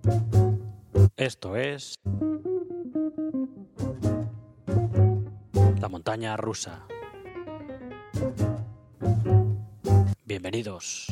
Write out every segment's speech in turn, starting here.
Esto es la montaña rusa. Bienvenidos.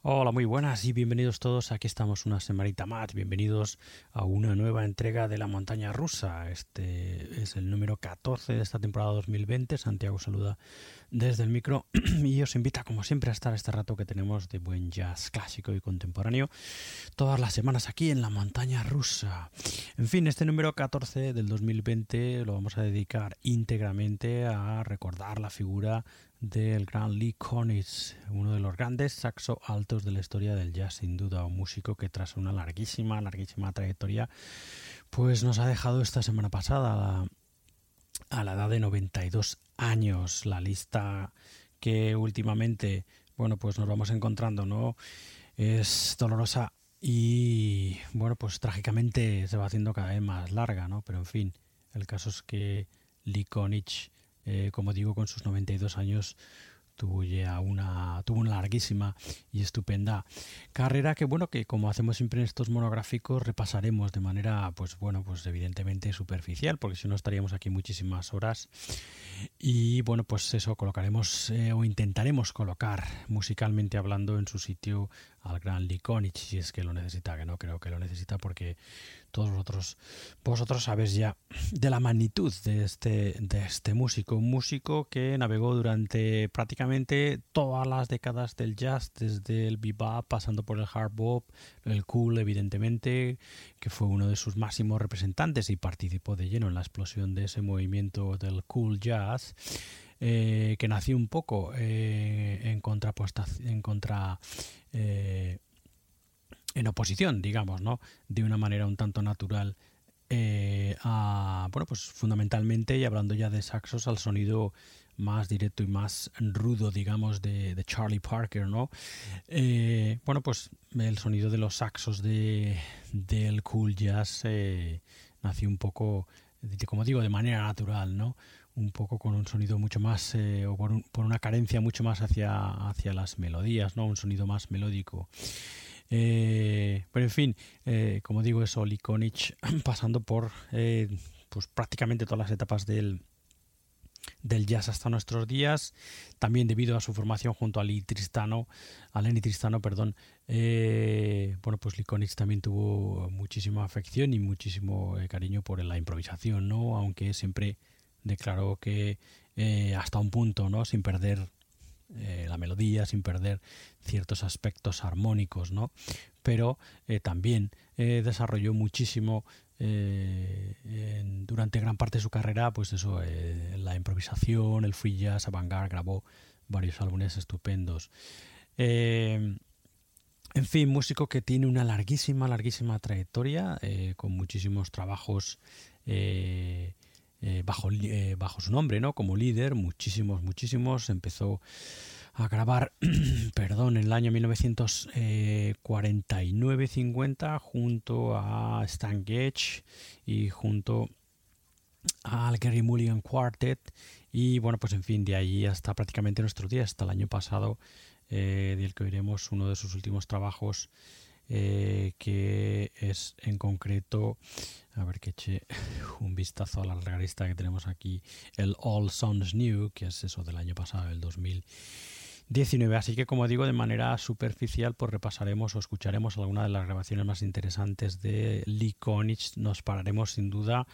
Hola, muy buenas y bienvenidos todos. Aquí estamos una semanita más. Bienvenidos a una nueva entrega de La Montaña Rusa. Este es el número 14 de esta temporada 2020. Santiago saluda desde el micro y os invita, como siempre, a estar este rato que tenemos de buen jazz clásico y contemporáneo todas las semanas aquí en La Montaña Rusa. En fin, este número 14 del 2020 lo vamos a dedicar íntegramente a recordar la figura del gran Lee Konitz, uno de los grandes saxo altos de la historia del jazz, sin duda, un músico que tras una larguísima trayectoria, pues nos ha dejado esta semana pasada a la edad de 92 años. La lista que últimamente, bueno, pues nos vamos encontrando, ¿no?, es dolorosa y, bueno, pues trágicamente se va haciendo cada vez más larga, ¿no? Pero en fin, el caso es que Lee Konitz, como digo, con sus 92 años tuvo una larguísima y estupenda carrera que, bueno, que como hacemos siempre en estos monográficos repasaremos de manera, pues bueno, pues evidentemente superficial, porque si no estaríamos aquí muchísimas horas. Y bueno, pues eso, colocaremos o intentaremos colocar musicalmente hablando en su sitio al gran Lee Konitz, si es que lo necesita, que no creo que lo necesita, porque todos vosotros sabéis ya de la magnitud de este músico, un músico que navegó durante prácticamente todas las décadas del jazz, desde el bebop, pasando por el hard bop, el cool, evidentemente, que fue uno de sus máximos representantes y participó de lleno en la explosión de ese movimiento del cool jazz, que nació un poco en oposición, digamos, ¿no?, de una manera un tanto natural bueno, pues fundamentalmente, y hablando ya de saxos, al sonido más directo y más rudo, digamos, de Charlie Parker, ¿no? Bueno, pues el sonido de los saxos del cool jazz nació un poco, como digo, de manera natural, ¿no? Un poco con un sonido mucho más, o por una carencia mucho más hacia las melodías, ¿no? Un sonido más melódico. Pero en fin, como digo, eso, Lee Konitz pasando por pues prácticamente todas las etapas del jazz hasta nuestros días, también debido a su formación junto a Lenny Tristano, bueno, pues Lee Konitz también tuvo muchísima afección y muchísimo cariño por la improvisación, ¿no? Aunque siempre declaró que hasta un punto, ¿no?, sin perder la melodía, sin perder ciertos aspectos armónicos, ¿no? Pero también desarrolló muchísimo durante gran parte de su carrera, pues eso, la improvisación, el free jazz, avant-garde, grabó varios álbumes estupendos. En fin, músico que tiene una larguísima trayectoria, con muchísimos trabajos bajo su nombre, ¿no?, como líder, muchísimos. Empezó a grabar en el año 1949-50 junto a Stan Getz y junto al Gary Mulligan Quartet, y bueno, pues en fin, de ahí hasta prácticamente nuestros días, hasta el año pasado, del que oiremos uno de sus últimos trabajos, que es en concreto, a ver que eche un vistazo a la larga lista que tenemos aquí, el All Sounds New, que es eso del año pasado, el 2019. Así que, como digo, de manera superficial, pues repasaremos o escucharemos algunas de las grabaciones más interesantes de Lee Konitz. Nos pararemos sin duda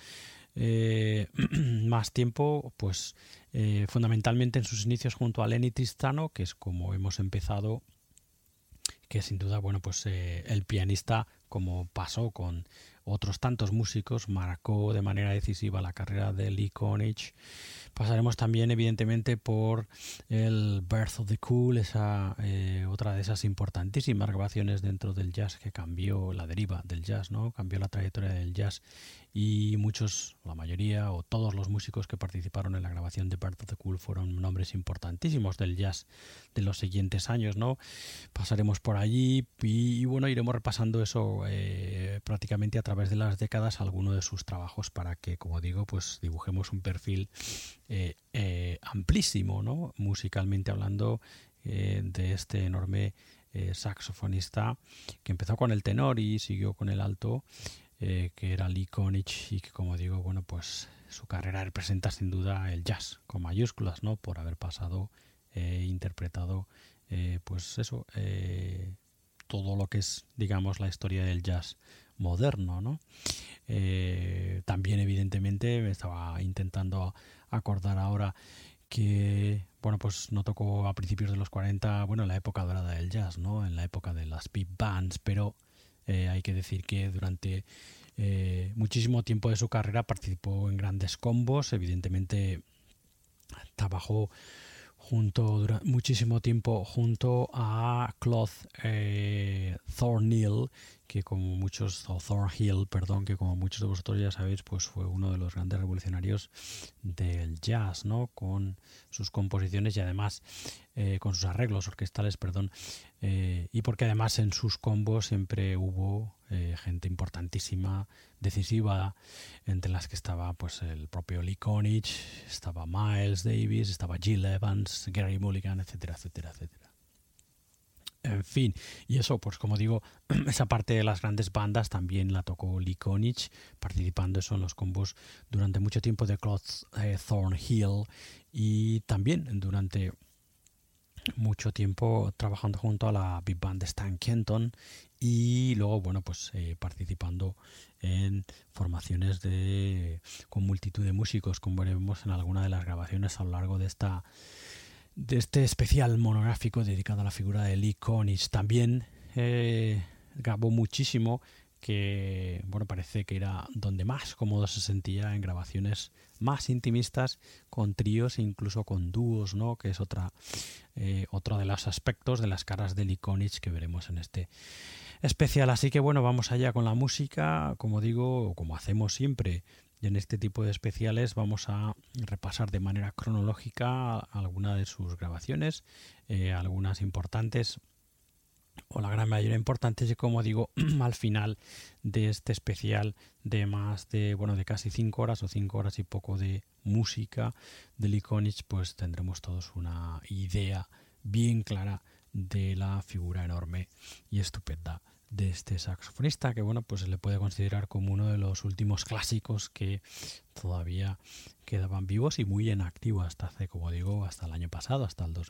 más tiempo, pues fundamentalmente en sus inicios junto a Lenny Tristano, que es como hemos empezado, que sin duda, bueno, pues el pianista, como pasó con otros tantos músicos, marcó de manera decisiva la carrera de Lee Konitz. Pasaremos también, evidentemente, por el Birth of the Cool, esa otra de esas importantísimas grabaciones dentro del jazz que cambió la deriva del jazz, ¿no? Cambió la trayectoria del jazz, y muchos, la mayoría o todos los músicos que participaron en la grabación de Birth of the Cool fueron nombres importantísimos del jazz de los siguientes años, ¿no? Pasaremos por allí y bueno, iremos repasando eso prácticamente a través de las décadas, algunos de sus trabajos, para que, como digo, pues dibujemos un perfil amplísimo, ¿no?, musicalmente hablando, de este enorme saxofonista que empezó con el tenor y siguió con el alto, que era Lee Konitz, y que, como digo, bueno, pues su carrera representa sin duda el jazz con mayúsculas, ¿no?, por haber pasado interpretado pues eso, todo lo que es, digamos, la historia del jazz moderno, ¿no? También, evidentemente, me estaba intentando acordar ahora que, bueno, pues no tocó a principios de los 40, bueno, en la época dorada del jazz, ¿no? En la época de las big bands, pero hay que decir que durante muchísimo tiempo de su carrera participó en grandes combos, evidentemente trabajó muchísimo tiempo junto a Claude Thornhill, que como muchos, o Thornhill, perdón, que como muchos de vosotros ya sabéis, pues fue uno de los grandes revolucionarios del jazz, ¿no? Con sus composiciones y además con sus arreglos orquestales, perdón, y porque además en sus combos siempre hubo gente importantísima, decisiva, entre las que estaba pues el propio Lee Konitz, estaba Miles Davis, estaba Gil Evans, Gary Mulligan, etcétera, etcétera, etcétera. En fin, y eso, pues como digo, esa parte de las grandes bandas también la tocó Lee Konitz, participando eso en los combos durante mucho tiempo de Claude Thornhill, y también durante mucho tiempo trabajando junto a la Big Band de Stan Kenton, y luego, bueno, pues participando en formaciones con multitud de músicos, como veremos en alguna de las grabaciones a lo largo de este especial monográfico dedicado a la figura de Lee Konitz. También grabó muchísimo, que bueno, parece que era donde más cómodo se sentía, en grabaciones más intimistas, con tríos e incluso con dúos, ¿no? Que es otro de los aspectos de las caras de Lee Konitz que veremos en este especial. Así que bueno, vamos allá con la música. Como digo, como hacemos siempre en este tipo de especiales, vamos a repasar de manera cronológica algunas de sus grabaciones, algunas importantes, o la gran mayoría importantes, y como digo, al final de este especial de más de casi 5 horas o 5 horas y poco de música de Lee Konitz, pues tendremos todos una idea bien clara de la figura enorme y estupenda de este saxofonista, que bueno, pues se le puede considerar como uno de los últimos clásicos que todavía quedaban vivos y muy en activo hasta hace, como digo, hasta el año pasado, hasta el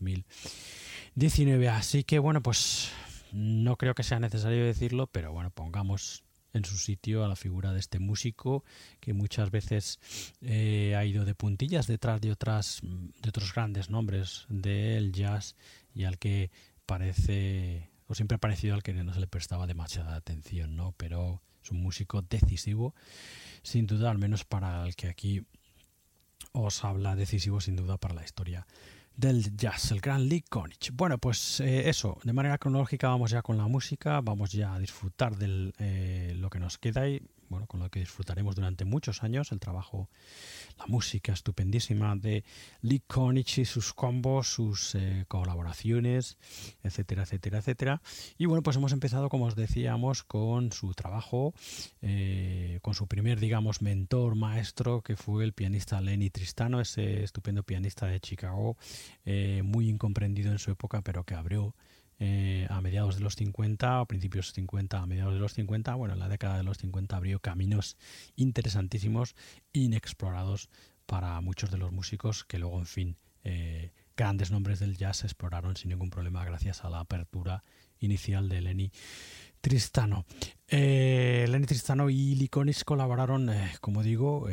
2019. Así que bueno, pues no creo que sea necesario decirlo, pero bueno, pongamos en su sitio a la figura de este músico que muchas veces ha ido de puntillas detrás de otros grandes nombres del jazz, y al que parece, o siempre ha parecido, al que no se le prestaba demasiada atención, ¿no? Pero es un músico decisivo, sin duda, al menos para el que aquí os habla, decisivo sin duda para la historia del jazz, el gran Lee Konitz. Bueno, pues eso, de manera cronológica vamos ya con la música, vamos ya a disfrutar de lo que nos queda y bueno, con lo que disfrutaremos durante muchos años, el trabajo, la música estupendísima de Lee Konitz y sus combos, sus colaboraciones, etcétera, etcétera, etcétera. Y bueno, pues hemos empezado, como os decíamos, con su trabajo, con su primer, digamos, mentor, maestro, que fue el pianista Lenny Tristano, ese estupendo pianista de Chicago, muy incomprendido en su época, pero que abrió a mediados de los 50, a principios 50, a mediados de los 50, bueno, en la década de los 50 abrió caminos interesantísimos, inexplorados para muchos de los músicos que luego, en fin, grandes nombres del jazz se exploraron sin ningún problema gracias a la apertura inicial de Lenny Tristano. Lenny Tristano y Lee Konitz colaboraron, como digo,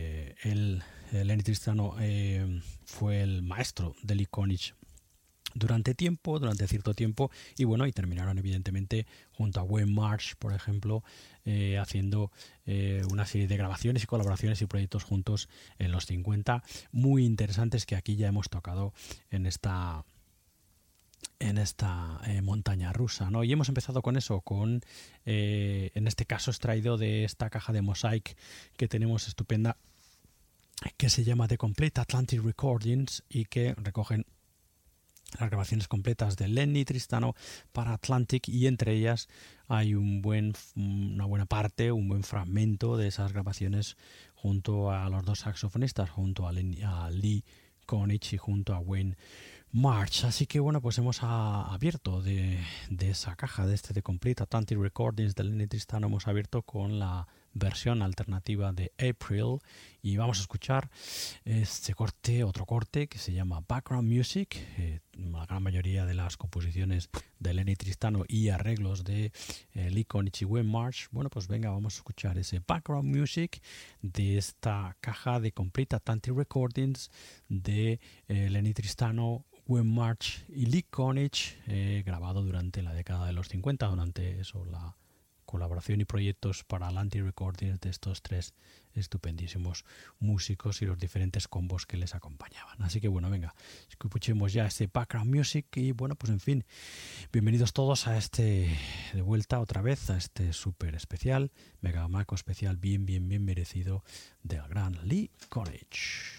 Lenny Tristano fue el maestro de Lee Konitz durante cierto tiempo, y bueno, y terminaron evidentemente junto a Wayne Marsh, por ejemplo, haciendo una serie de grabaciones y colaboraciones y proyectos juntos en los 50, muy interesantes, que aquí ya hemos tocado en esta montaña rusa, ¿no? Y hemos empezado con eso, en este caso extraído de esta caja de Mosaic que tenemos estupenda, que se llama The Complete Atlantic Recordings, y que recogen las grabaciones completas de Lenny Tristano para Atlantic, y entre ellas hay una buena parte, un buen fragmento de esas grabaciones junto a los dos saxofonistas, junto a Lee Konitz y junto a Wayne Marsh. Así que bueno, pues hemos abierto de esa caja, de The Complete Atlantic Recordings de Lenny Tristano, hemos abierto con la versión alternativa de April, y vamos a escuchar otro corte que se llama Background Music. La gran mayoría de las composiciones de Lenny Tristano y arreglos de Lee Konitz y Wayne Marsh. Bueno, pues venga, vamos a escuchar ese Background Music de esta caja de Complete Atlantic Recordings de Lenny Tristano, Wayne Marsh y Lee Konitz, grabado durante la década de los 50, durante eso, la colaboración y proyectos para Atlantic Recordings de estos tres estupendísimos músicos y los diferentes combos que les acompañaban. Así que bueno, venga, escuchemos ya este Background Music y bueno, pues en fin, bienvenidos todos a de vuelta otra vez a este súper especial, mega maco especial bien merecido del gran Lee Konitz.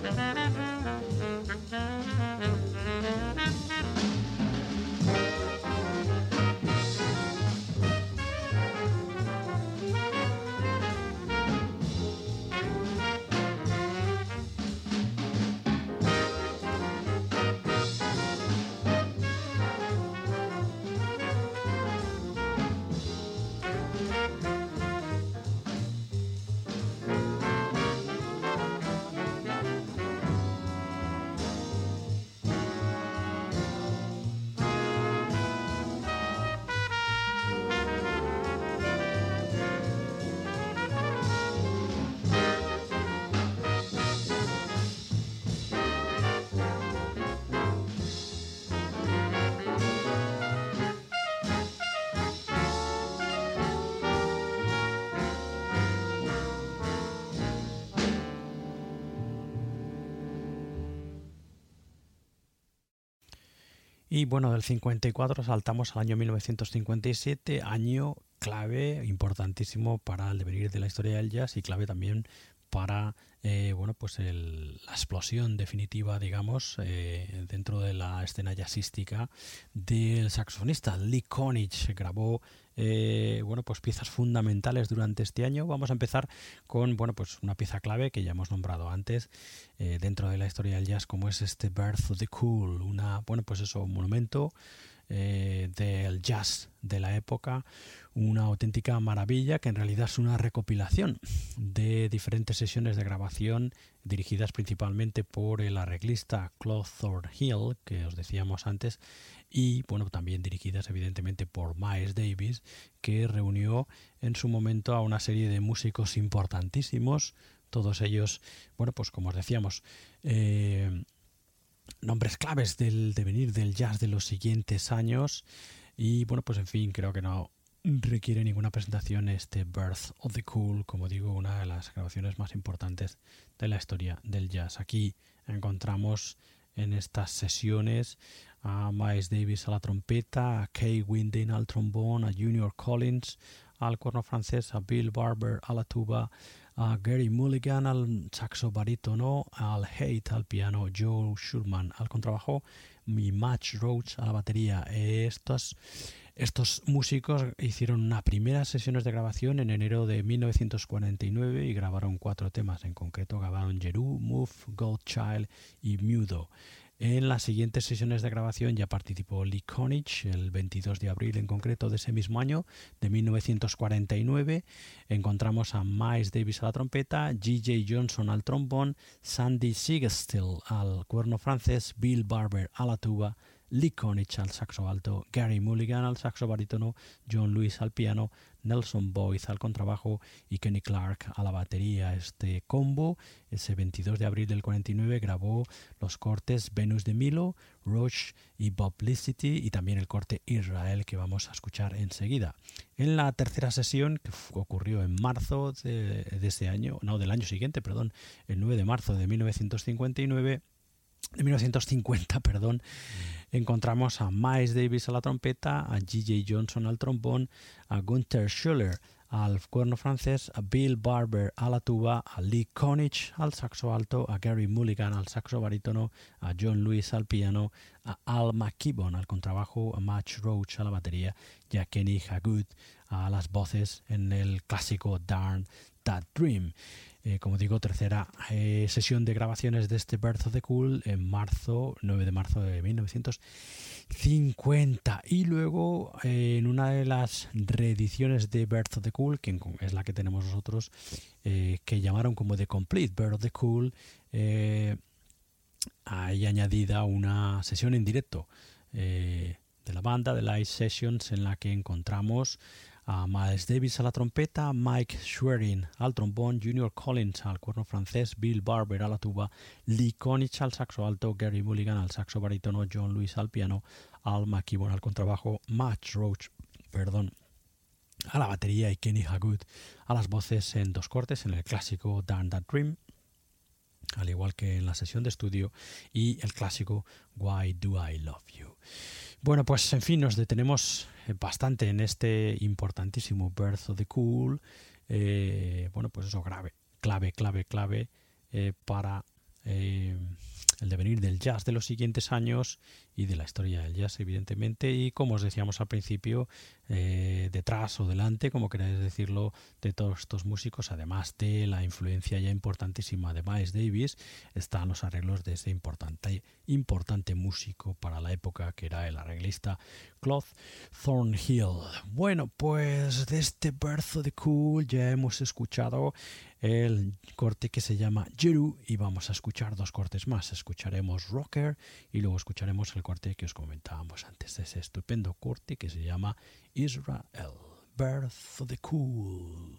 Y bueno, del 54 saltamos al año 1957, año clave, importantísimo para el devenir de la historia del jazz y clave también para bueno, pues la explosión definitiva, digamos, dentro de la escena jazzística del saxofonista Lee Konitz. Grabó bueno, pues piezas fundamentales durante este año. Vamos a empezar con bueno, pues una pieza clave que ya hemos nombrado antes dentro de la historia del jazz, como es este Birth of the Cool, bueno, pues eso, un monumento del jazz de la época, una auténtica maravilla que en realidad es una recopilación de diferentes sesiones de grabación dirigidas principalmente por el arreglista Claude Thornhill, que os decíamos antes, y bueno, también dirigidas evidentemente por Miles Davis, que reunió en su momento a una serie de músicos importantísimos, todos ellos, bueno, pues como os decíamos, nombres claves del devenir del jazz de los siguientes años. Y bueno, pues en fin, creo que no requiere ninguna presentación este Birth of the Cool, como digo, una de las grabaciones más importantes de la historia del jazz. Aquí encontramos en estas sesiones a Miles Davis a la trompeta, a Kay Winding al trombón, a Junior Collins al corno francés, a Bill Barber a la tuba, a Gary Mulligan al saxo barítono, al Haidt al piano, Joe Schulman al contrabajo y Matt Roach a la batería. Estos músicos hicieron unas primeras sesiones de grabación en enero de 1949 y grabaron 4 temas. En concreto grabaron Jeru, Move, Goldchild y Mudo. En las siguientes sesiones de grabación ya participó Lee Konitz el 22 de abril en concreto de ese mismo año, de 1949. Encontramos a Miles Davis a la trompeta, G.J. Johnson al trombón, Sandy Siegestil al cuerno francés, Bill Barber a la tuba, Lee Konitz al saxo alto, Gary Mulligan al saxo barítono, John Lewis al piano, Nelson Boyd al contrabajo y Kenny Clark a la batería. Este combo, ese 22 de abril del 49, grabó los cortes Venus de Milo, Roach y Publicity y también el corte Israel que vamos a escuchar enseguida. En la tercera sesión, que ocurrió en marzo de este año, no, del año siguiente, perdón, el 9 de marzo de 1950, encontramos a Miles Davis a la trompeta, a G.J. Johnson al trombón, a Gunther Schuller al cuerno francés, a Bill Barber a la tuba, a Lee Konitz al saxo alto, a Gary Mulligan al saxo barítono, a John Lewis al piano, a Al McKibbon al contrabajo, a Matt Roach a la batería y a Kenny Hagood a las voces en el clásico Darn That Dream. Como digo, tercera sesión de grabaciones de este Birth of the Cool en 9 de marzo de 1950. Y luego en una de las reediciones de Birth of the Cool, que es la que tenemos nosotros, que llamaron como The Complete Birth of the Cool, hay añadida una sesión en directo de la banda, de Live Sessions, en la que encontramos a Miles Davis a la trompeta, Mike Schwerin al trombón, Junior Collins al cuerno francés, Bill Barber a la tuba, Lee Konitz al saxo alto, Gary Mulligan al saxo barítono, John Lewis al piano, Al McKibbon al contrabajo, Matt Roach a la batería y Kenny Hagood a las voces en 2 cortes en el clásico Darn That Dream, al igual que en la sesión de estudio, y el clásico Why Do I Love You. Bueno, pues en fin, nos detenemos bastante en este importantísimo Birth of the Cool. Bueno, pues eso, clave para el devenir del jazz de los siguientes años y de la historia del jazz, evidentemente, y como os decíamos al principio, detrás o delante, como queráis decirlo, de todos estos músicos, además de la influencia ya importantísima de Miles Davis, están los arreglos de ese importante músico para la época, que era el arreglista Claude Thornhill. Bueno, pues de este Birth of the Cool ya hemos escuchado el corte que se llama Jeru y vamos a escuchar dos cortes más. Escucharemos Rocker y luego escucharemos el corte que os comentábamos antes de ese estupendo corte que se llama Israel, Birth of the Cool.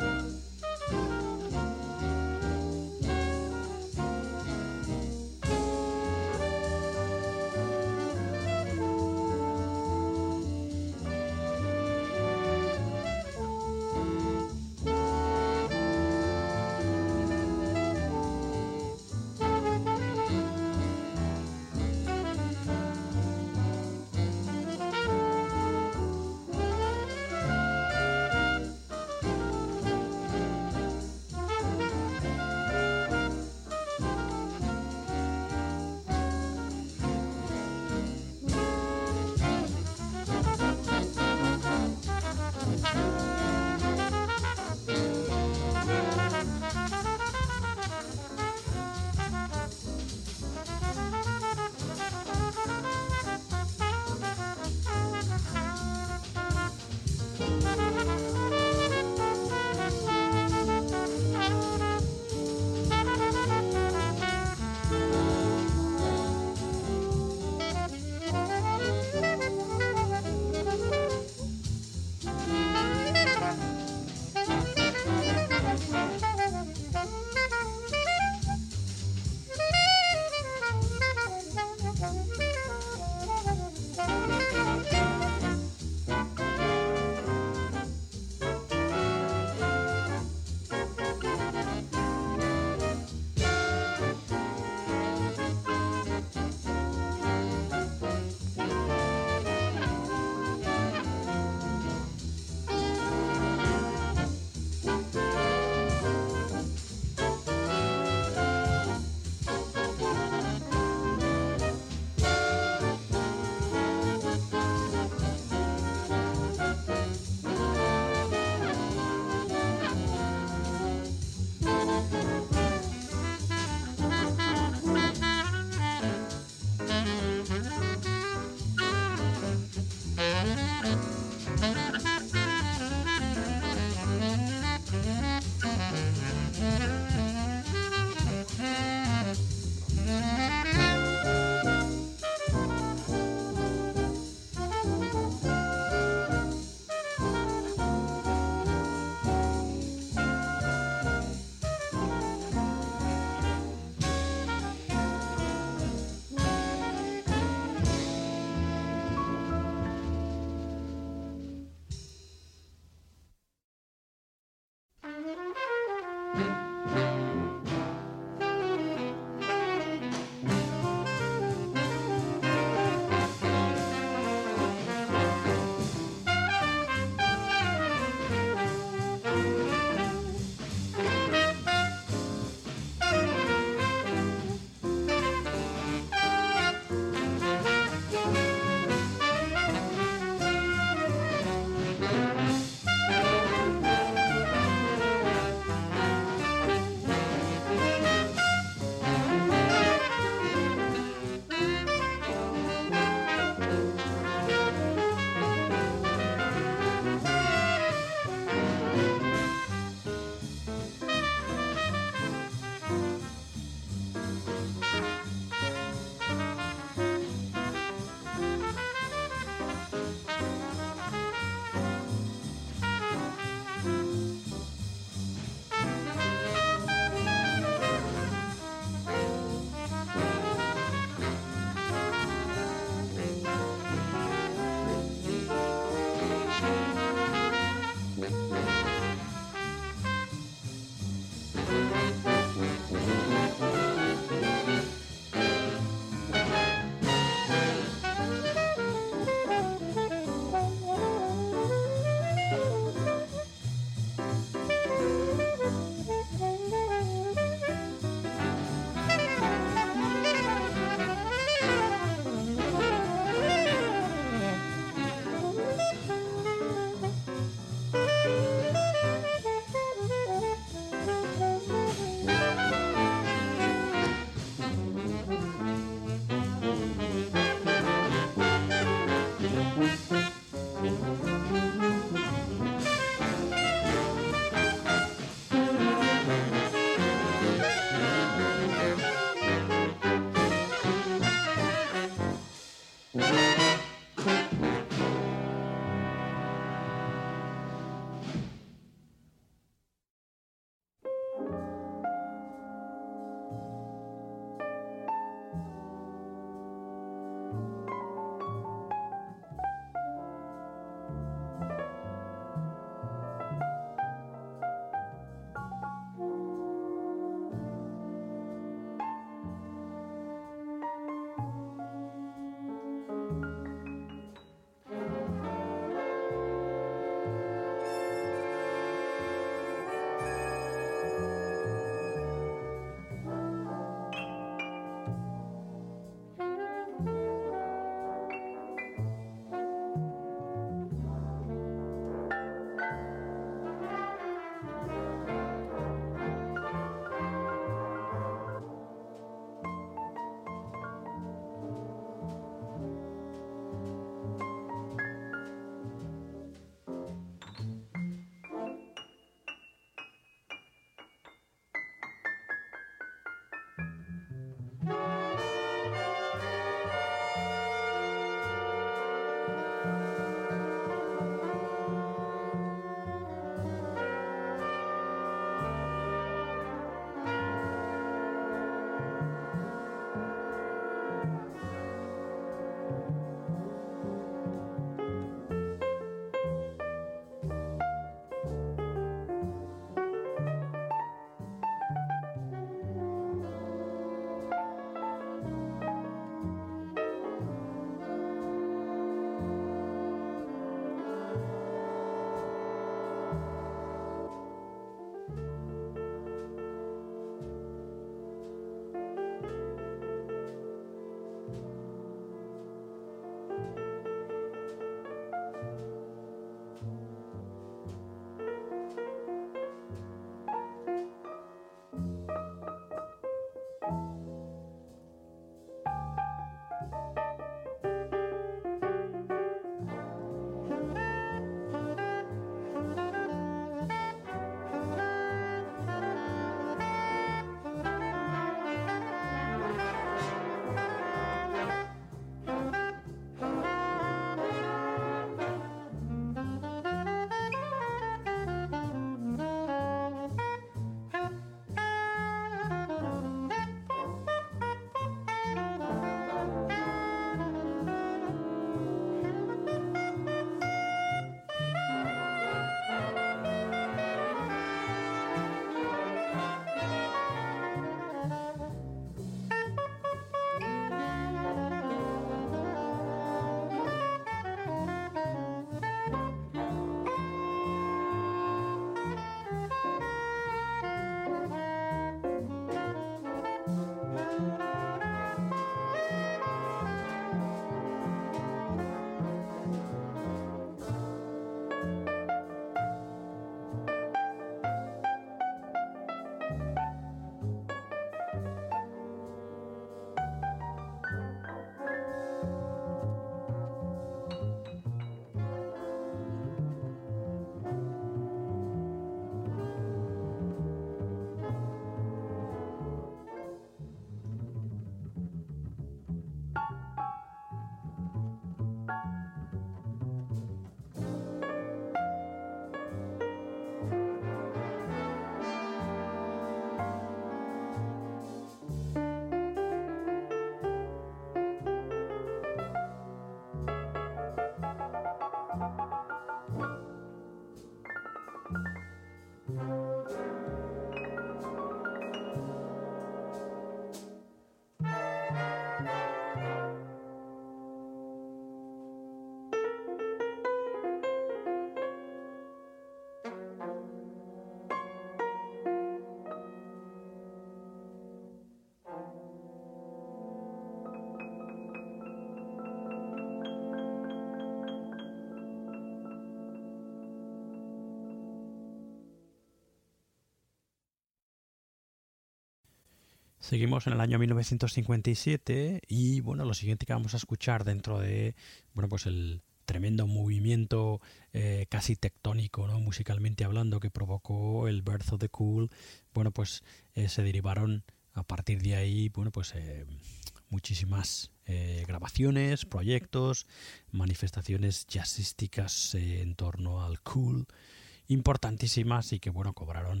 Seguimos en el año 1957 y bueno, lo siguiente que vamos a escuchar dentro de bueno, pues el tremendo movimiento casi tectónico, ¿no? Musicalmente hablando, que provocó el Birth of the Cool, bueno, pues se derivaron a partir de ahí, bueno, pues muchísimas grabaciones, proyectos, manifestaciones jazzísticas en torno al cool, importantísimas y que bueno, cobraron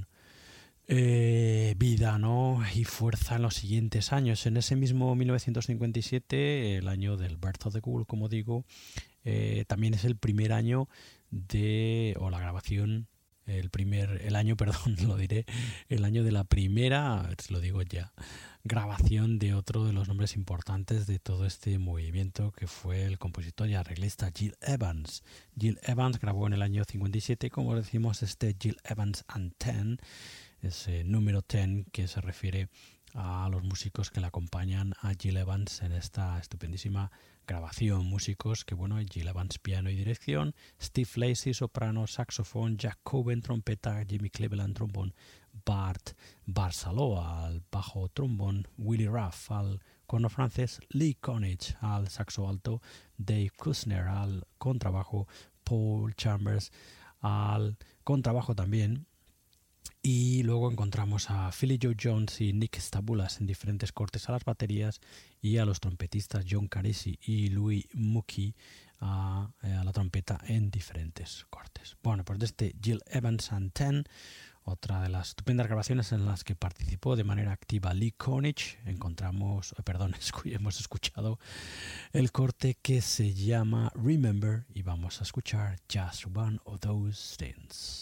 vida, ¿no? Y fuerza en los siguientes años. En ese mismo 1957, el año del Birth of the Cool, como digo, también es el primer año o la grabación, el año, perdón, lo diré, el año de la primera, lo digo ya, grabación de otro de los nombres importantes de todo este movimiento, que fue el compositor y arreglista Gil Evans. Gil Evans grabó en el año 57, como decimos, este Gil Evans and Ten, ese número 10 que se refiere a los músicos que le acompañan a Gil Evans en esta estupendísima grabación. Músicos que, bueno, Gil Evans piano y dirección, Steve Lacy soprano, saxofón, Jack Coben trompeta, Jimmy Cleveland trombón, Bart Barsaloa al bajo trombón, Willie Ruff al corno francés, Lee Konitz al saxo alto, Dave Kusner al contrabajo, Paul Chambers al contrabajo también. Y luego encontramos a Philly Joe Jones y Nick Stabulas en diferentes cortes a las baterías y a los trompetistas John Carisi y Louis Mookie a la trompeta en diferentes cortes. Bueno, pues de este Gil Evans and Ten, otra de las estupendas grabaciones en las que participó de manera activa Lee Konitz, hemos escuchado el corte que se llama Remember y vamos a escuchar Just One of Those Things.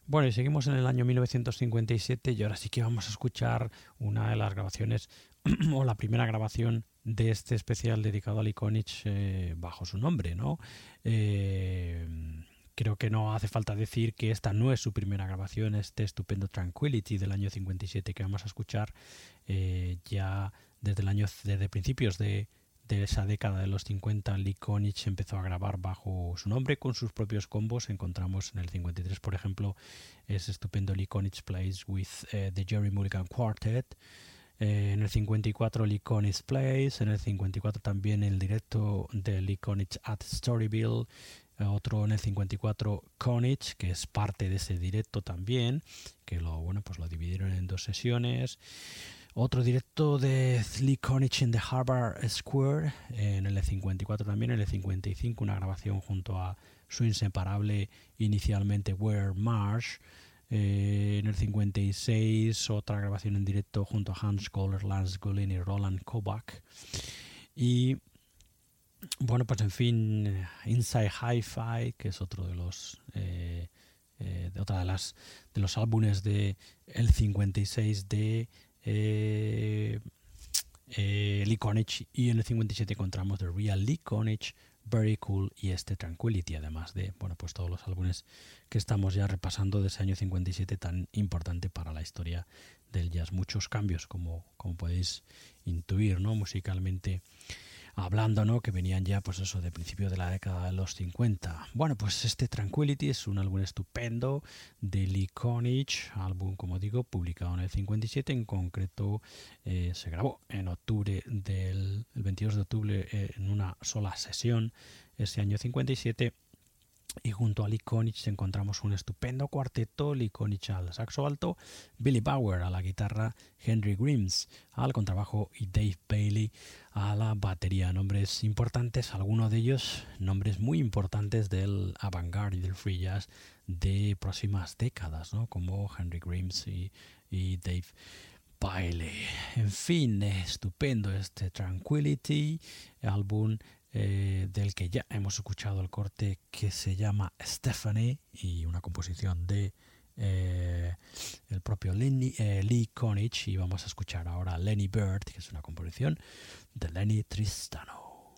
Bueno, y seguimos en el año 1957 y ahora sí que vamos a escuchar una de las grabaciones o la primera grabación de este especial dedicado a Lee Konitz bajo su nombre, ¿no? Creo que no hace falta decir que esta no es su primera grabación, este estupendo Tranquility del año 57 que vamos a escuchar ya desde principios de esa década de los 50. Lee Konitz empezó a grabar bajo su nombre con sus propios combos. Encontramos en el 53, por ejemplo, ese estupendo Lee Konitz Plays with the Jerry Mulligan Quartet. En el 54 Lee Konitz Plays, en el 54 también el directo de Lee Konitz at Storyville, otro en el 54 Konitz, que es parte de ese directo también, que lo dividieron en 2 sesiones. Otro directo de Lee Konitz in the Harvard Square, en el 54 también, en el 55 una grabación junto a su inseparable inicialmente Ware Marsh. En el 56 otra grabación en directo junto a Hans Kohler, Lance Gullin y Roland Kovac. Y bueno, pues en fin, Inside Hi-Fi, que es otro de los de los álbumes de el 56 de Lee Konitz, y en el 57 encontramos The Real Lee Konitz, Very Cool y este Tranquility, además de pues todos los álbumes que estamos ya repasando de ese año 57 tan importante para la historia del jazz. Muchos cambios, como podéis intuir, ¿no? Musicalmente hablando, ¿no? Que venían ya pues eso de principios de la década de los 50. Bueno, pues este Tranquility es un álbum estupendo de Lee Konitz, álbum, como digo, publicado en el 57. En concreto se grabó en octubre el 22 de octubre en una sola sesión ese año 57. Y junto a Lee Konitz encontramos un estupendo cuarteto: Lee Konitz al saxo alto, Billy Bauer a la guitarra, Henry Grimes al contrabajo y Dave Bailey a la batería. Nombres importantes, algunos de ellos nombres muy importantes del avant-garde y del free jazz de próximas décadas, ¿no? Como Henry Grimes y Dave Bailey. En fin, estupendo este Tranquility, álbum del que ya hemos escuchado el corte, que se llama Stephanie, y una composición de el propio Lee Konitz. Y vamos a escuchar ahora Lenny Bird, que es una composición de Lenny Tristano.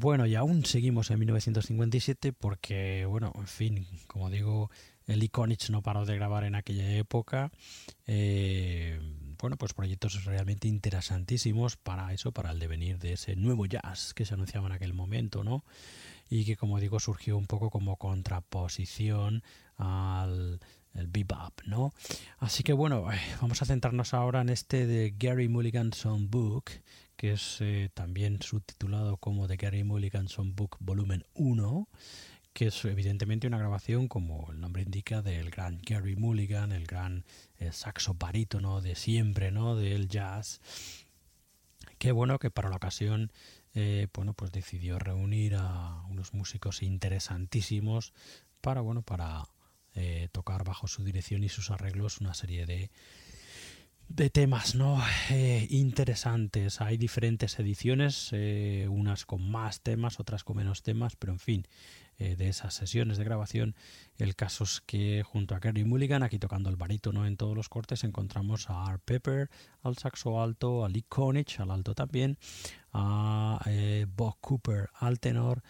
Bueno, y aún seguimos en 1957 porque, bueno, en fin, como digo, el Iconics no paró de grabar en aquella época. Bueno, pues proyectos realmente interesantísimos para eso, para el devenir de ese nuevo jazz que se anunciaba en aquel momento, ¿no? Y que, como digo, surgió un poco como contraposición al el bebop, ¿no? Así que bueno, vamos a centrarnos ahora en este de Gary Mulligan Songbook, que es también subtitulado como The Gary Mulligan Songbook Volumen 1, que es evidentemente una grabación, como el nombre indica, del gran Gary Mulligan, el gran saxo barítono de siempre, ¿no? Del jazz. Qué bueno que para la ocasión bueno, pues decidió reunir a unos músicos interesantísimos para, bueno, para tocar bajo su dirección y sus arreglos una serie de temas, ¿no? Interesantes. Hay diferentes ediciones, unas con más temas, otras con menos temas, pero en fin, de esas sesiones de grabación, el caso es que junto a Gary Mulligan, aquí tocando el barítono en todos los cortes, encontramos a Art Pepper al saxo alto, a Lee Konitz al alto también, a Bob Cooper al tenor,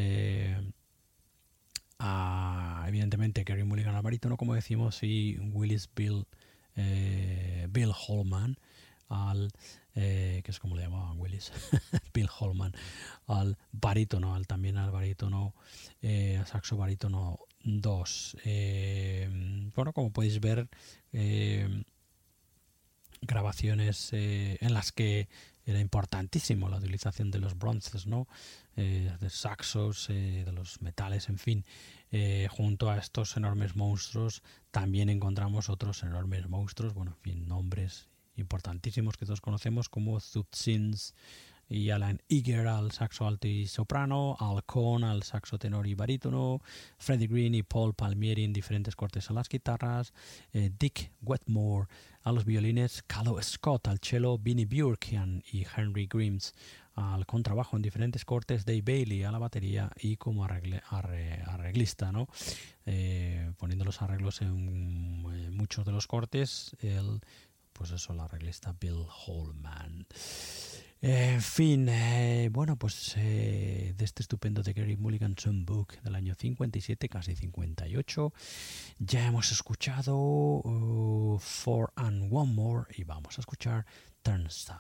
a evidentemente Gary Mulligan al barítono, como decimos, y Bill Holman al que es como le llamaban Willis Bill Holman al barítono, también al barítono, saxo barítono 2. Bueno, como podéis ver, grabaciones en las que era importantísimo la utilización de los bronces, ¿no? De saxos, de los metales, en fin. Junto a estos enormes monstruos también encontramos otros enormes monstruos, bueno, en fin, nombres importantísimos que todos conocemos, como Zoot Sims y Alan Eager al saxo alto y soprano, Al Cohn al saxo tenor y barítono, Freddie Green y Paul Palmieri en diferentes cortes a las guitarras, Dick Wetmore a los violines, Calo Scott al cello, Vinnie Burkian y Henry Grimes al contrabajo en diferentes cortes, Dave Bailey a la batería y como arreglista, ¿no? Poniendo los arreglos en muchos de los cortes, pues eso, la arreglista Bill Holman. En fin, bueno, pues de este estupendo The Gary Mulligan Songbook del año 57, casi 58, ya hemos escuchado Four and One More y vamos a escuchar Turnstile.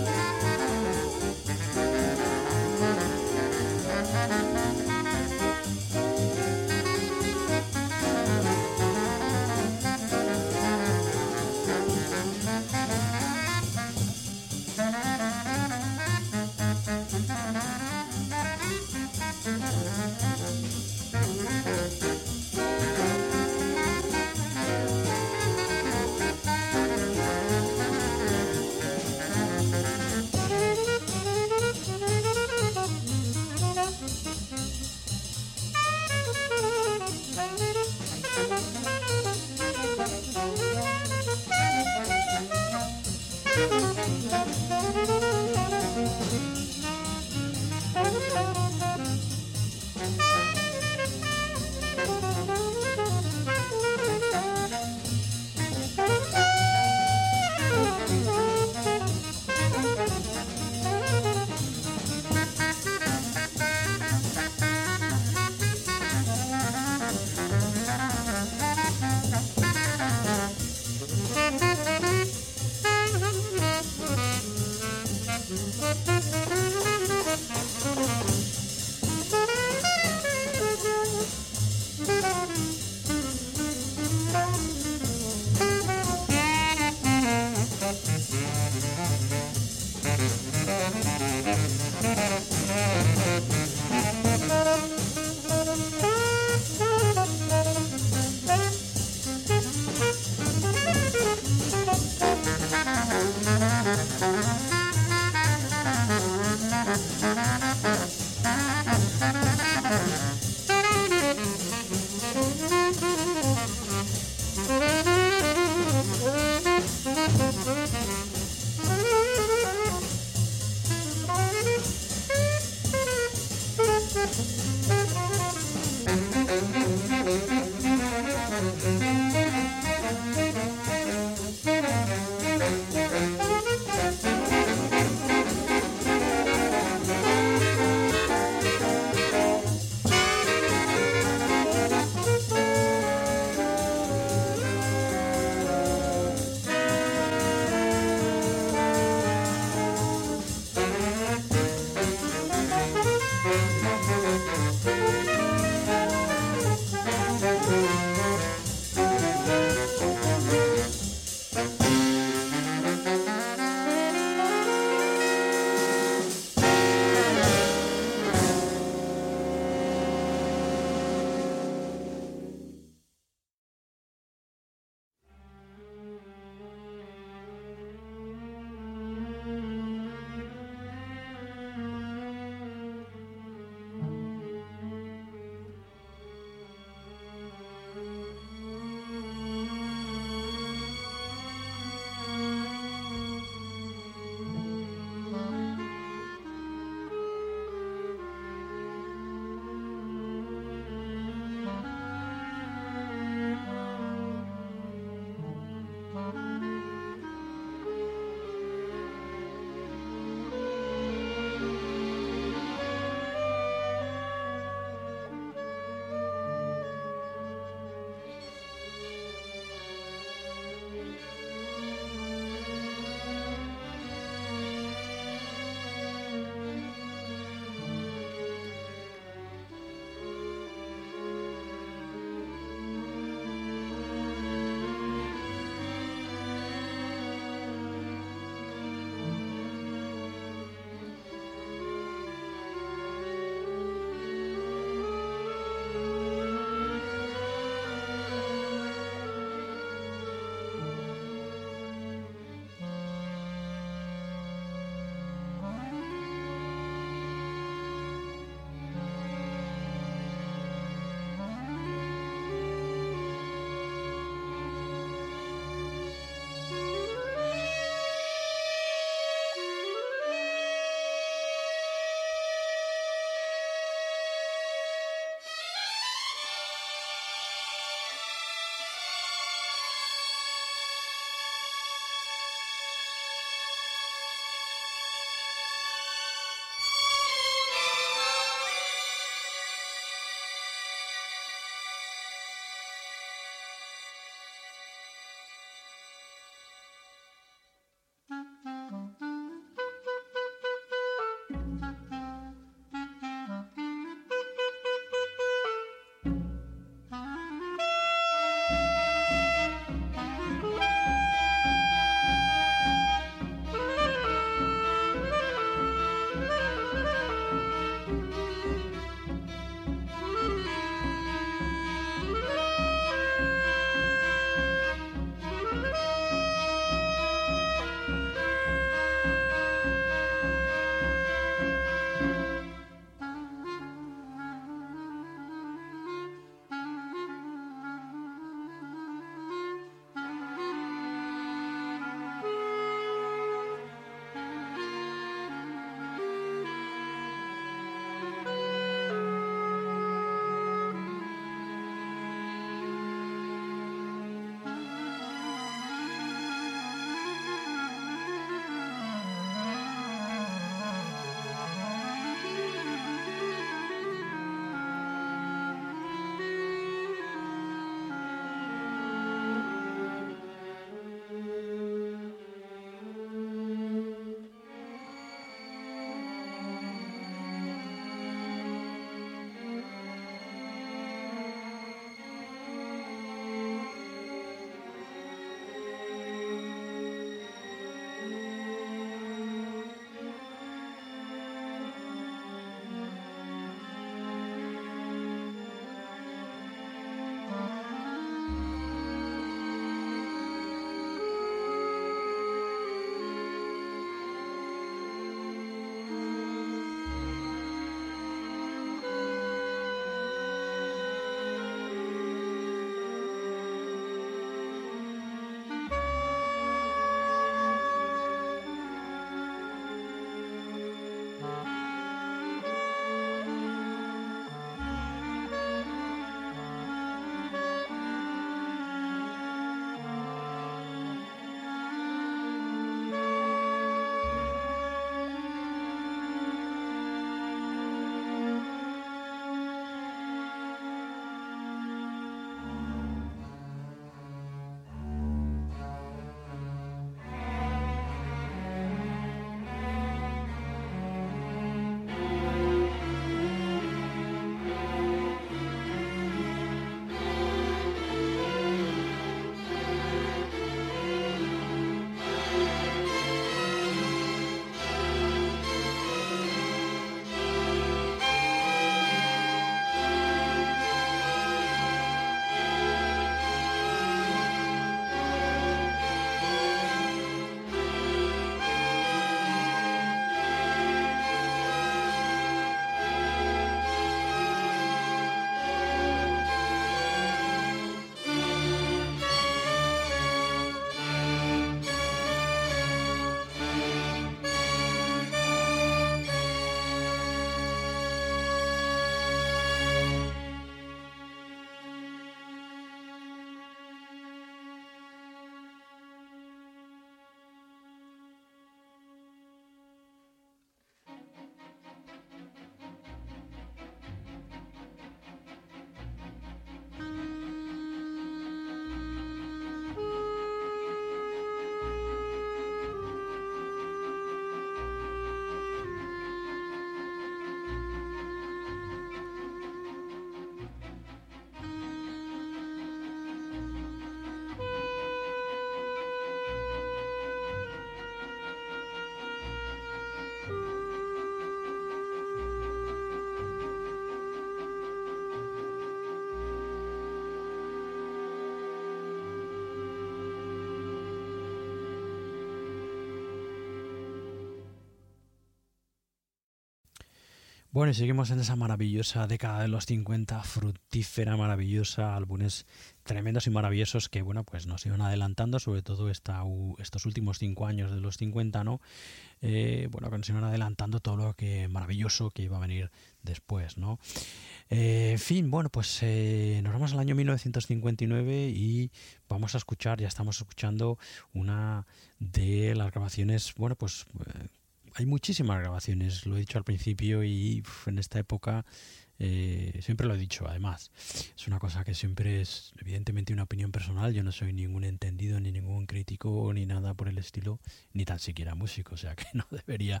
Bueno, y seguimos en esa maravillosa década de los 50, fructífera, maravillosa, álbumes tremendos y maravillosos que, bueno, pues nos iban adelantando, sobre todo estos últimos 5 años de los 50, ¿no? Bueno, que nos iban adelantando todo lo que maravilloso que iba a venir después, ¿no? En fin, bueno, pues nos vamos al año 1959 y vamos a escuchar, ya estamos escuchando una de las grabaciones, bueno, pues hay muchísimas grabaciones, lo he dicho al principio y en esta época siempre lo he dicho, además. Es una cosa que siempre es evidentemente una opinión personal, yo no soy ningún entendido, ni ningún crítico, ni nada por el estilo, ni tan siquiera músico, o sea que no debería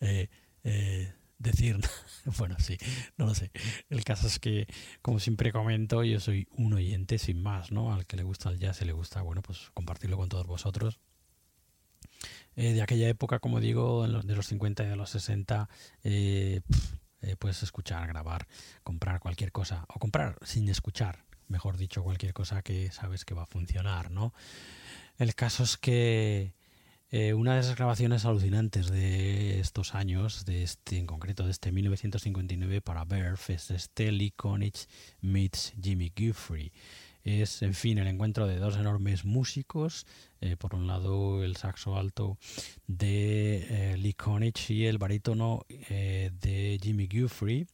decir, bueno, sí, no lo sé. El caso es que, como siempre comento, yo soy un oyente sin más, ¿no? Al que le gusta el jazz y le gusta, bueno, pues compartirlo con todos vosotros. De aquella época, como digo, de los 50 y de los 60, puedes escuchar, grabar, comprar cualquier cosa, o comprar sin escuchar, mejor dicho, cualquier cosa que sabes que va a funcionar, ¿no? El caso es que una de esas grabaciones alucinantes de estos años, en concreto de este 1959 para Verve, es este Lee Konitz meets Jimmy Giuffre. Es, en fin, el encuentro de dos enormes músicos, por un lado el saxo alto de Lee Konitz y el barítono de Jimmy Giuffre.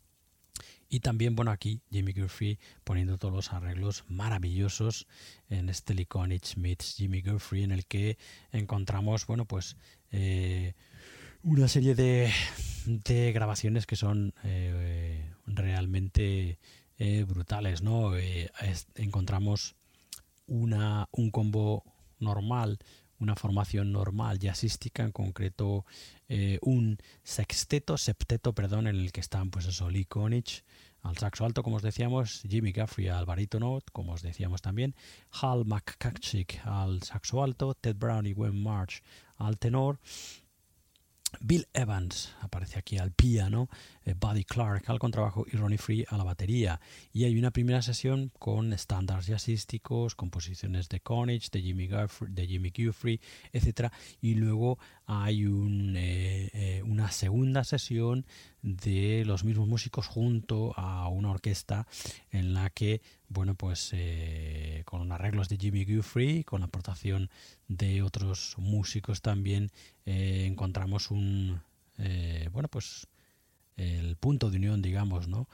Y también, bueno, aquí Jimmy Giuffre poniendo todos los arreglos maravillosos en este Lee Konitz meets Jimmy Giuffre, en el que encontramos, bueno, pues una serie de grabaciones que son realmente brutales, ¿no? Encontramos un combo normal, una formación normal jazzística, en concreto un septeto, perdón, en el que están, pues eso, Lee Konitz al saxo alto, como os decíamos, Jimmy Giuffre al barítono, como os decíamos también, Hal McCutcheon al saxo alto, Ted Brown y Wayne March al tenor, Bill Evans aparece aquí al piano, Buddy Clark al contrabajo y Ronnie Free a la batería. Y hay una primera sesión con estándares jazzísticos, composiciones de Konitz, de Jimmy Giuffre, etc. Y luego hay una segunda sesión de los mismos músicos junto a una orquesta en la que, bueno, pues con arreglos de Jimmy Giuffre, con la aportación de otros músicos también, encontramos bueno, pues el punto de unión, digamos, ¿no?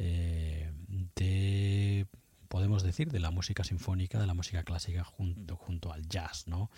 Podemos decir, de la música sinfónica, de la música clásica junto al jazz, ¿no?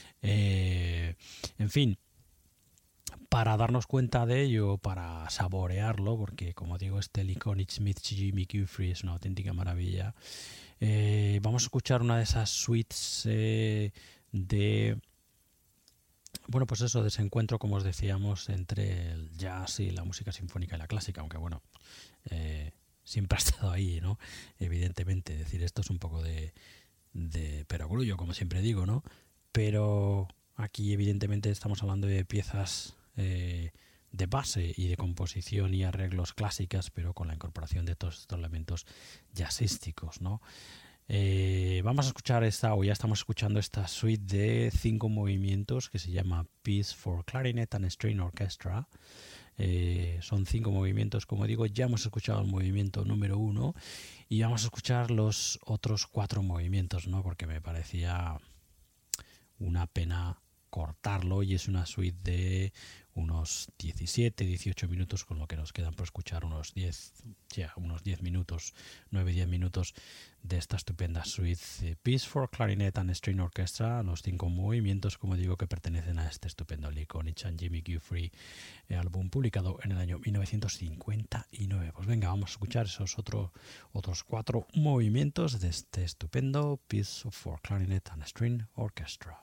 En fin, para darnos cuenta de ello, para saborearlo, porque como digo, este Lee Konitz meets Jimmy Giuffre es una auténtica maravilla. Vamos a escuchar una de esas suites de, bueno, pues eso, de ese encuentro, como os decíamos, entre el jazz y la música sinfónica y la clásica, aunque bueno, siempre ha estado ahí, ¿no? Evidentemente, es decir, esto es un poco de perogrullo, como siempre digo, ¿no? Pero aquí evidentemente estamos hablando de piezas de base y de composición y arreglos clásicas, pero con la incorporación de todos estos elementos jazzísticos, ¿no? Vamos a escuchar ya estamos escuchando esta suite de 5 movimientos que se llama Piece for Clarinet and String Orchestra. Son 5 movimientos, como digo, ya hemos escuchado el movimiento número 1 y vamos a escuchar los otros 4 movimientos, ¿no? Porque me parecía una pena cortarlo, y es una suite de unos 17-18 minutos, con lo que nos quedan por escuchar unos 10 minutos, 9-10 minutos de esta estupenda suite Piece for Clarinet and String Orchestra, los 5 movimientos, como digo, que pertenecen a este estupendo Lee Konitz and Jimmy Giuffre, álbum publicado en el año 1959. Pues venga, vamos a escuchar esos otros 4 movimientos de este estupendo Piece for Clarinet and String Orchestra.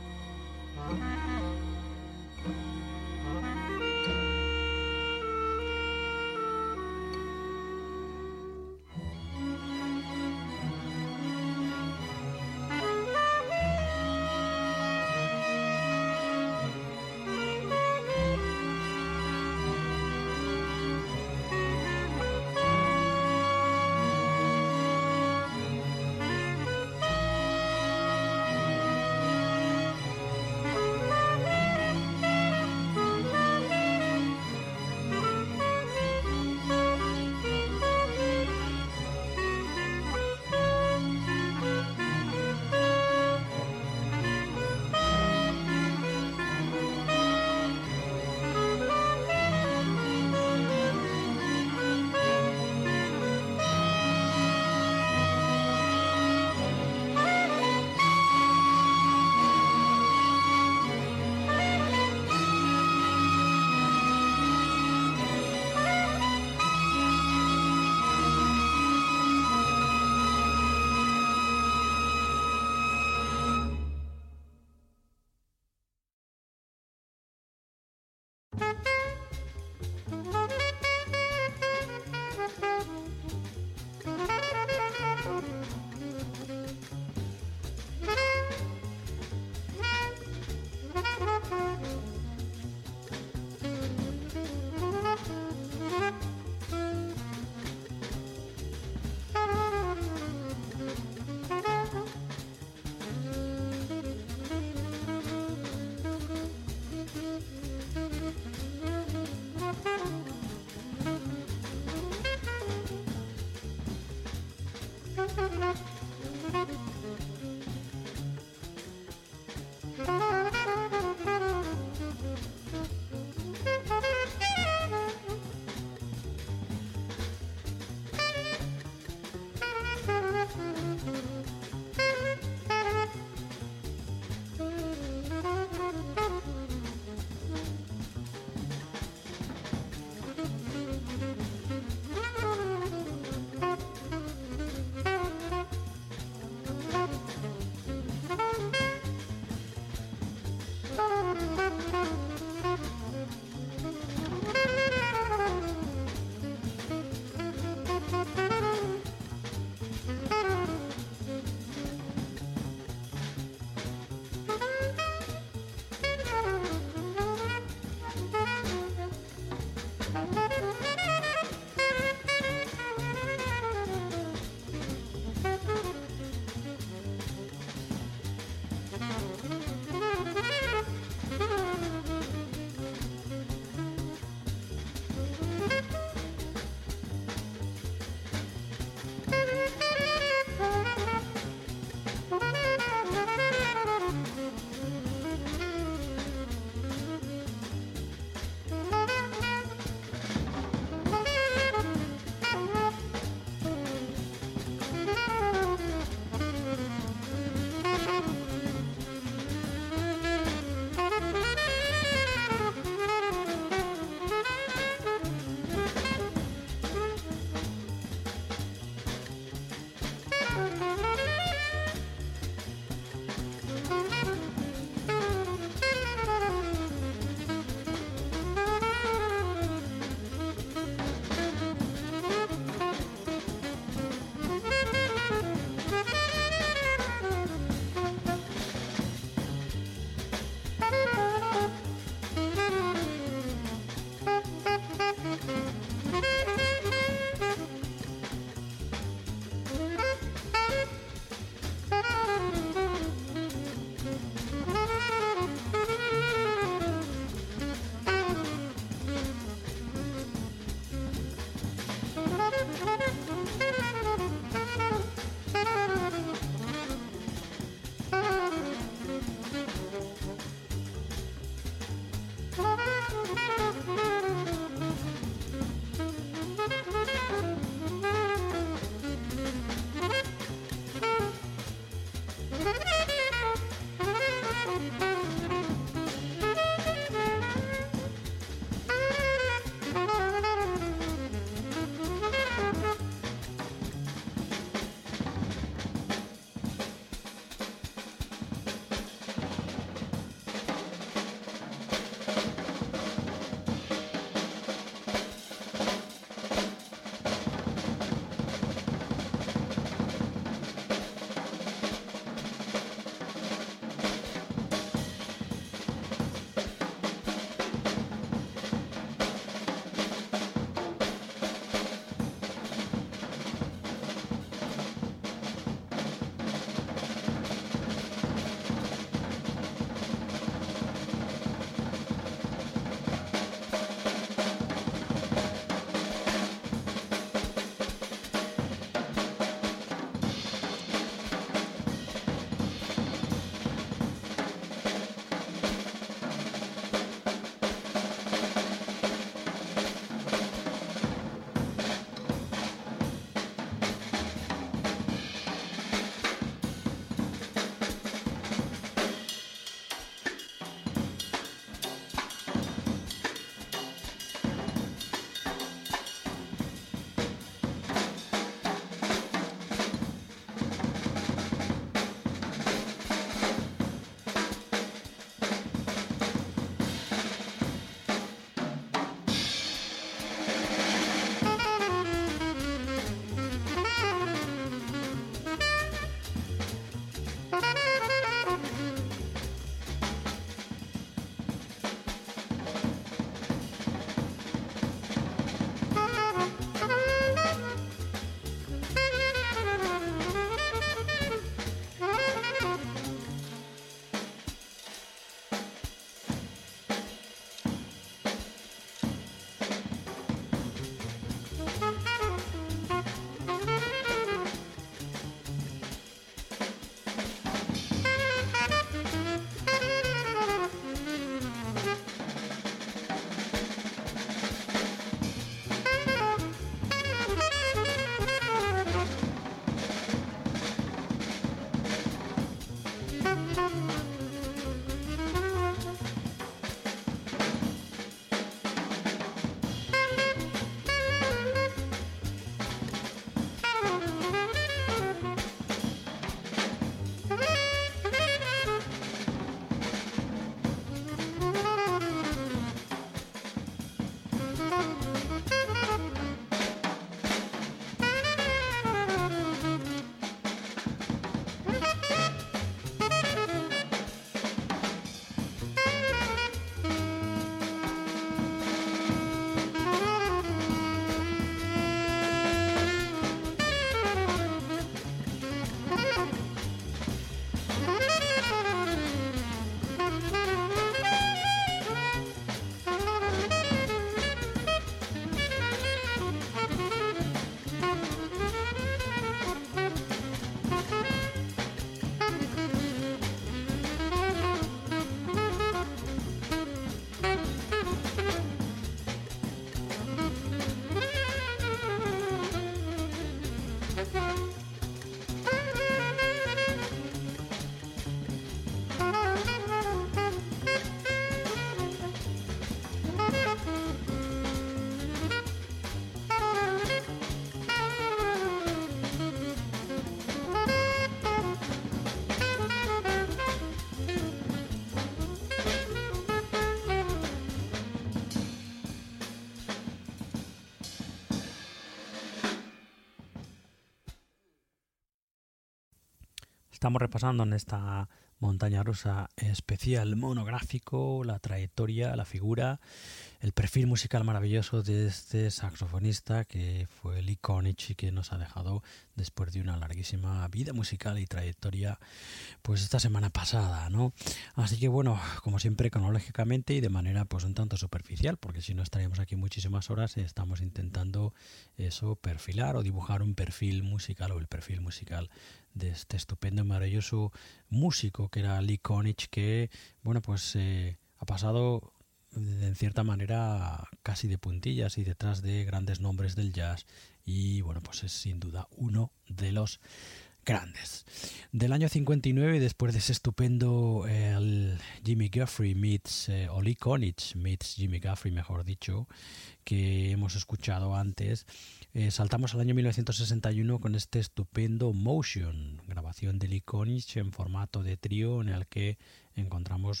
Estamos repasando en esta montaña rusa especial monográfico la trayectoria, la figura, el perfil musical maravilloso de este saxofonista que fue Lee Konitz y que nos ha dejado después de una larguísima vida musical y trayectoria pues esta semana pasada, ¿no? Así que bueno, como siempre cronológicamente y de manera pues un tanto superficial, porque si no estaríamos aquí muchísimas horas y estamos intentando eso, perfilar o dibujar un perfil musical o el perfil musical de este estupendo y maravilloso músico que era Lee Konitz, que bueno pues ha pasado en cierta manera casi de puntillas y detrás de grandes nombres del jazz y bueno pues es sin duda uno de los grandes. Del año 59, después de ese estupendo Jimmy Guthrie meets o Lee Konitz meets Jimmy Guthrie, mejor dicho, que hemos escuchado antes, saltamos al año 1961 con este estupendo Motion, grabación de Lee Konitz en formato de trío en el que encontramos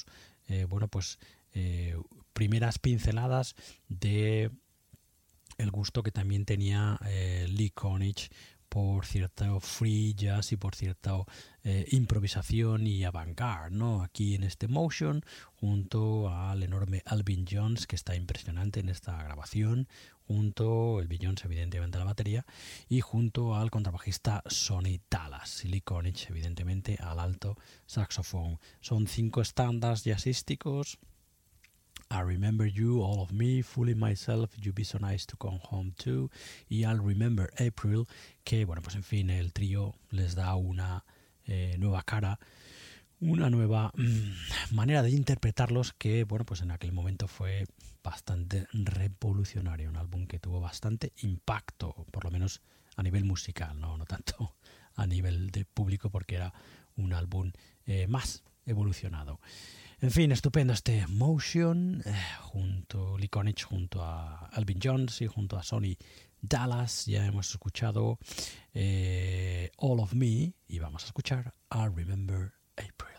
primeras pinceladas de el gusto que también tenía Lee Konitz por cierto free jazz y por cierta improvisación y avant-garde, ¿no? Aquí en este Motion, junto al enorme Elvin Jones, que está impresionante en esta grabación, junto Elvin Jones evidentemente a la batería y junto al contrabajista Sonny Dallas y Lee Konitz evidentemente al alto saxofón. Son 5 estándares jazzísticos: I Remember You, All of Me, Fooling Myself, You Be So Nice to Come Home To y I'll Remember April, que bueno pues en fin el trío les da una nueva cara, una nueva manera de interpretarlos que bueno pues en aquel momento fue bastante revolucionario, un álbum que tuvo bastante impacto, por lo menos a nivel musical, no tanto a nivel de público, porque era un álbum más evolucionado. En fin, estupendo este Motion, Lee Konitz junto a Elvin Jones y junto a Sonny Dallas. Ya hemos escuchado All of Me y vamos a escuchar I Remember April.